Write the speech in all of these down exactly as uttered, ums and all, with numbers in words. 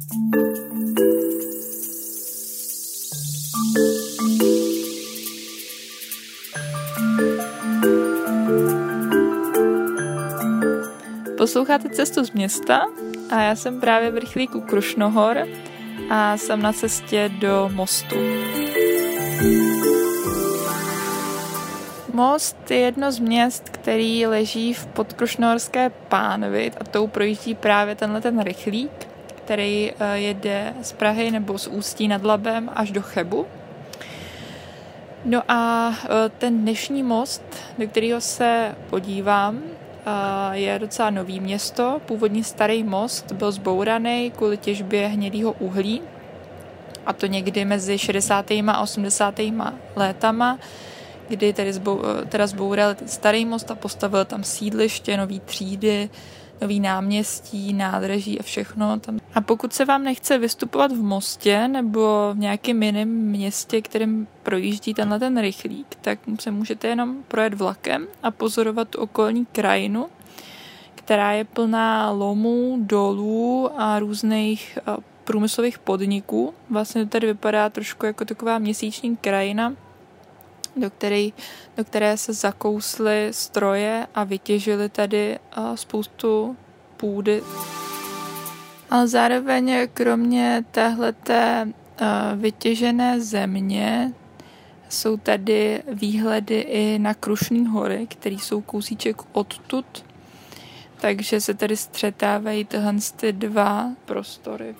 Posloucháte Cestu z města a já jsem právě v rychlíku Krušnohor a jsem na cestě do Mostu. Most je jedno z měst, který leží v podkrušnohorské pánvi a tou projíždí právě tenhle ten rychlík, který jede z Prahy nebo z Ústí nad Labem až do Chebu. No a ten dnešní most, do kterého se podívám, je docela nový město. Původní starý most byl zbouraný kvůli těžbě hnědého uhlí, a to někdy mezi šedesátými a osmdesátými létama, kdy tedy zbou, teda zboural starý most a postavil tam sídliště, nový třídy, nový náměstí, nádraží a všechno tam. A pokud se vám nechce vystupovat v Mostě nebo v nějakém jiném městě, kterým projíždí tenhle ten rychlík, tak se můžete jenom projet vlakem a pozorovat tu okolní krajinu, která je plná lomů, dolů a různých průmyslových podniků. Vlastně to tady vypadá trošku jako taková měsíční krajina, do které, do které se zakously stroje a vytěžily tady spoustu půdy. Ale zároveň kromě téhleté vytěžené země jsou tady výhledy i na Krušný hory, které jsou kousíček odtud. Takže se tady střetávají tyhle ty dva prostory.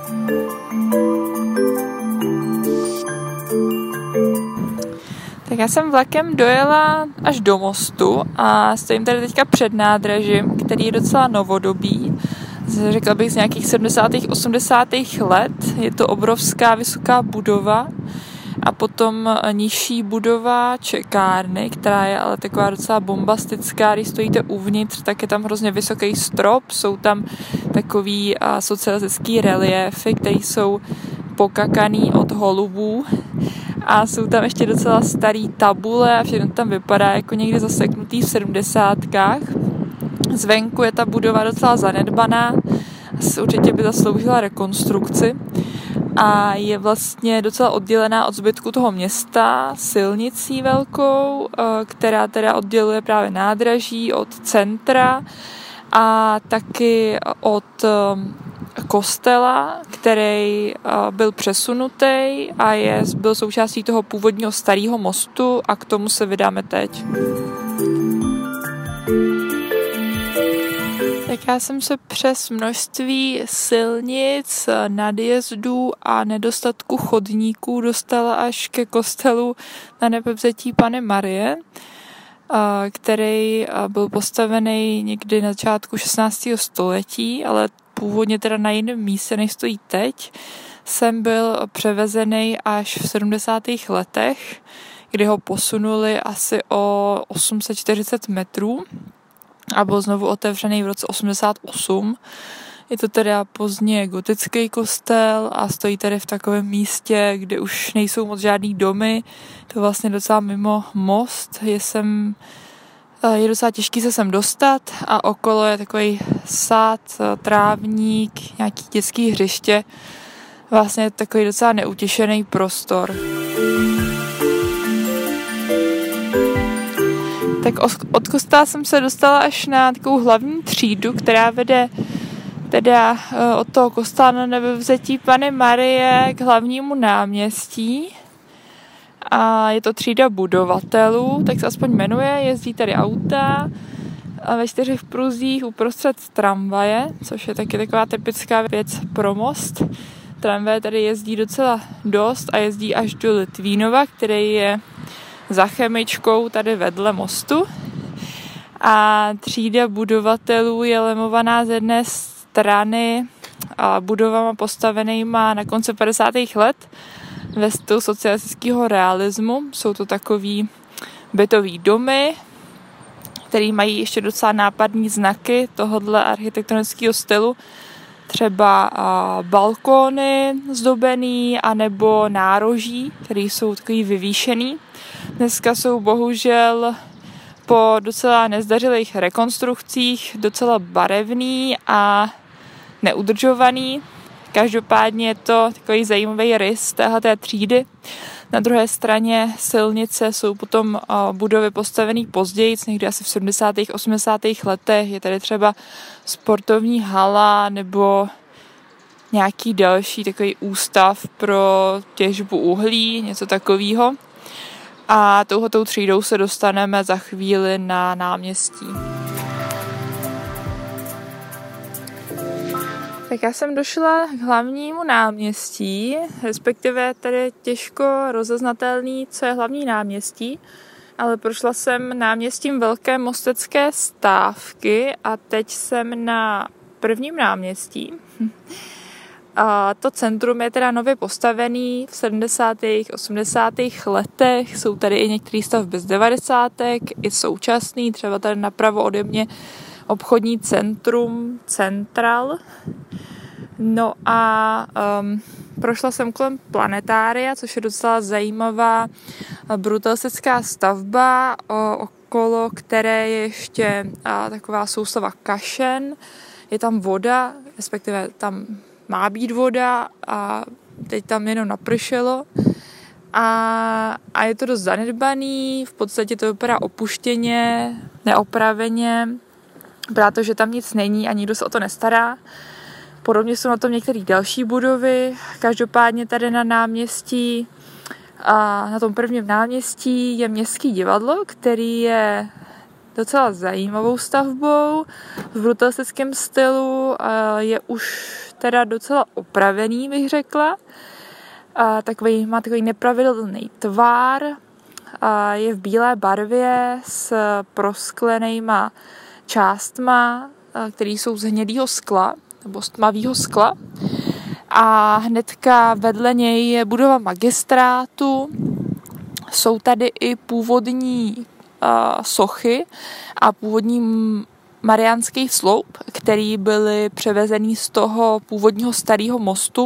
Tak já jsem vlakem dojela až do Mostu a stojím tady teďka před nádražím, který je docela novodobý. Řekla bych z nějakých sedmdesátých osmdesátých let. Je to obrovská vysoká budova a potom nižší budova čekárny, která je ale taková docela bombastická. Když stojíte uvnitř, tak je tam hrozně vysoký strop, jsou tam takový socialistický reliéfy, které jsou pokakaný od holubů. A jsou tam ještě docela starý tabule a všechno tam vypadá jako někde zaseknutý v sedmdesátkách. Zvenku je ta budova docela zanedbaná, určitě by zasloužila rekonstrukci a je vlastně docela oddělená od zbytku toho města silnicí velkou, která teda odděluje právě nádraží od centra a taky od kostela, který byl přesunutý a je, byl součástí toho původního starého mostu a k tomu se vydáme teď. Tak já jsem se přes množství silnic, nadjezdů a nedostatku chodníků dostala až ke kostelu na Nebevzetí Panny Marie, který byl postavený někdy na začátku šestnáctého století, ale původně teda na jiném místě, než stojí teď. Sem byl převezený až v sedmdesátých letech, kdy ho posunuli asi o osm set čtyřicet metrů a byl znovu otevřený v roce osmdesát osm. Je to teda pozdně gotický kostel a stojí tady v takovém místě, kde už nejsou moc žádný domy. To vlastně docela mimo most. Je sem Je docela těžký se sem dostat a okolo je takový sád, trávník, nějaký dětský hřiště. Vlastně takový docela neutěšený prostor. Tak od kostela jsem se dostala až na takovou hlavní třídu, která vede teda od toho kostela na Nebevzetí Panny Marie k hlavnímu náměstí. A je to třída budovatelů, tak se aspoň jmenuje, jezdí tady auta a ve čtyřech pruzích uprostřed tramvaje, což je taky taková typická věc pro Most. Tramvaje tady jezdí docela dost a jezdí až do Litvínova, který je za Chemičkou tady vedle mostu. A třída budovatelů je lemovaná z jedné strany a budovama postavenýma na konci padesátých let ve stylu socialistického realismu. Jsou to takový bytový domy, který mají ještě docela nápadní znaky tohodle architektonického stylu. Třeba balkóny zdobený, anebo nároží, které jsou takový vyvýšený. Dneska jsou bohužel po docela nezdařilých rekonstrukcích docela barevný a neudržovaný, Každopádně je to takový zajímavý rys téhleté třídy. Na druhé straně silnice jsou potom budovy postavené později, někdy asi v sedmdesátých osmdesátých letech. Je tady třeba sportovní hala nebo nějaký další takový ústav pro těžbu uhlí, něco takového. A touhletou třídou se dostaneme za chvíli na náměstí. Tak já jsem došla k hlavnímu náměstí, respektive tady těžko rozeznatelný, co je hlavní náměstí, ale prošla jsem náměstím Velké Mostecké stávky a teď jsem na prvním náměstí. A to centrum je teda nově postavený v sedmdesátých osmdesátých letech, jsou tady i některé stavby z devadesátek, i současný, třeba tady napravo ode mě obchodní centrum Central. No a um, prošla jsem kolem planetária, což je docela zajímavá brutalistická stavba, o, okolo které je ještě a, taková soustava kašen. Je tam voda, respektive tam má být voda a teď tam jenom napršelo. A, a je to dost zanedbaný, v podstatě to vypadá opuštěně, neopraveně, protože tam nic není a nikdo se o to nestará. Podobně jsou na tom některé další budovy. Každopádně tady na náměstí, a na tom prvním náměstí je Městský divadlo, který je docela zajímavou stavbou v brutalistickém stylu. Je už teda docela opravený, bych řekla. A takový, má takový nepravidelný tvar. A je v bílé barvě s prosklenejma částma, které jsou z hnědého skla nebo z tmavého skla. A hnedka vedle něj je budova magistrátu. Jsou tady i původní uh, sochy a původní mariánský sloup, který byly převezený z toho původního starého mostu.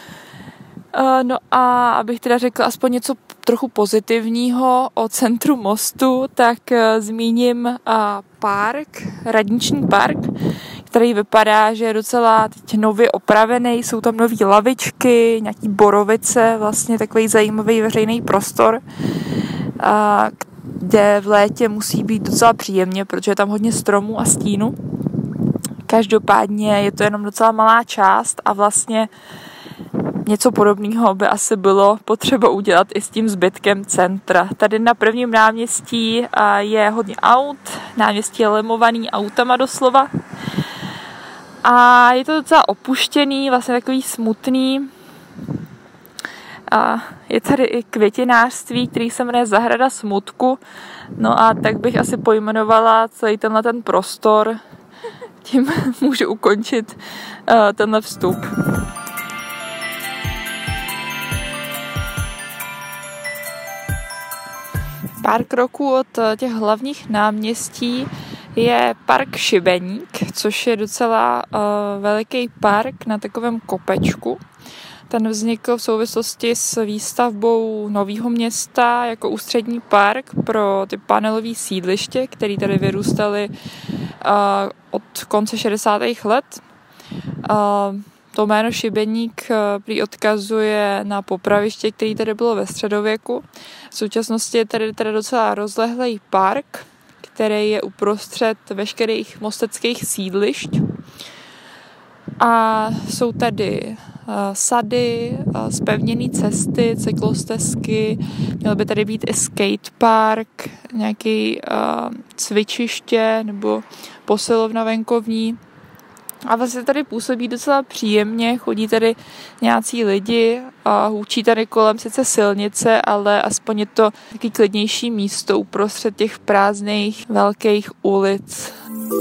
Uh, no a abych teda řekla aspoň něco trochu pozitivního o centru mostu, tak uh, zmíním uh, park, radniční park, který vypadá, že je docela teď nově opravený, jsou tam nový lavičky, nějaký borovice, vlastně takový zajímavý veřejný prostor, uh, kde v létě musí být docela příjemně, protože je tam hodně stromů a stínu. Každopádně je to jenom docela malá část a vlastně něco podobného by asi bylo potřeba udělat i s tím zbytkem centra. Tady na prvním náměstí je hodně aut, náměstí je lemovaný autama doslova. A je to docela opuštěný, vlastně takový smutný. A je tady i květinářství, který se jmenuje Zahrada smutku. No a tak bych asi pojmenovala celý tenhle ten prostor. Tím můžu ukončit uh, tenhle vstup. Pár kroků od těch hlavních náměstí je park Šibeník, což je docela uh, veliký park na takovém kopečku. Ten vznikl v souvislosti s výstavbou Nového Města jako ústřední park pro ty panelové sídliště, které tady vyrůstaly uh, od konce šedesátých let. Uh, to jméno Šibeník uh, prý odkazuje na popraviště, které tady bylo ve středověku. V současnosti je tady, tady docela rozlehlý park, který je uprostřed veškerých mosteckých sídlišť. A jsou tady uh, sady, uh, zpevněné cesty, cyklostezky, měl by tady být i skatepark, nějaký uh, cvičiště nebo posilovna venkovní. A vlastně tady působí docela příjemně, chodí tady nějací lidi a hůčí tady kolem sice silnice, ale aspoň je to takový klidnější místo uprostřed těch prázdných velkých ulic.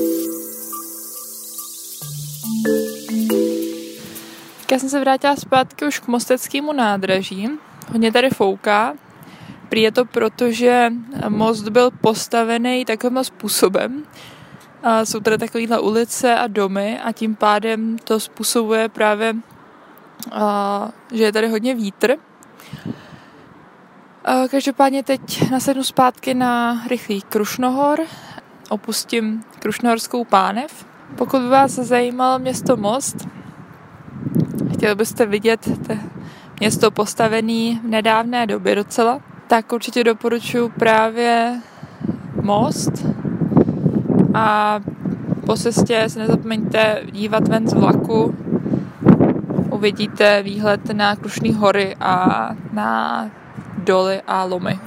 Já jsem se vrátila zpátky už k Mosteckému nádraží. Hodně tady fouká. Prý je to proto, že most byl postavený takovým způsobem. A jsou tady takovýhle ulice a domy a tím pádem to způsobuje právě, a, že je tady hodně vítr. A každopádně teď nasednu zpátky na rychlý Krušnohor, opustím Krušnohorskou pánev. Pokud by vás zajímalo město Most, chtěli byste vidět město postavené v nedávné době docela, tak určitě doporučuji právě most a po cestě se nezapomeňte dívat ven z vlaku. Uvidíte výhled na Krušné hory a na doly a lomy.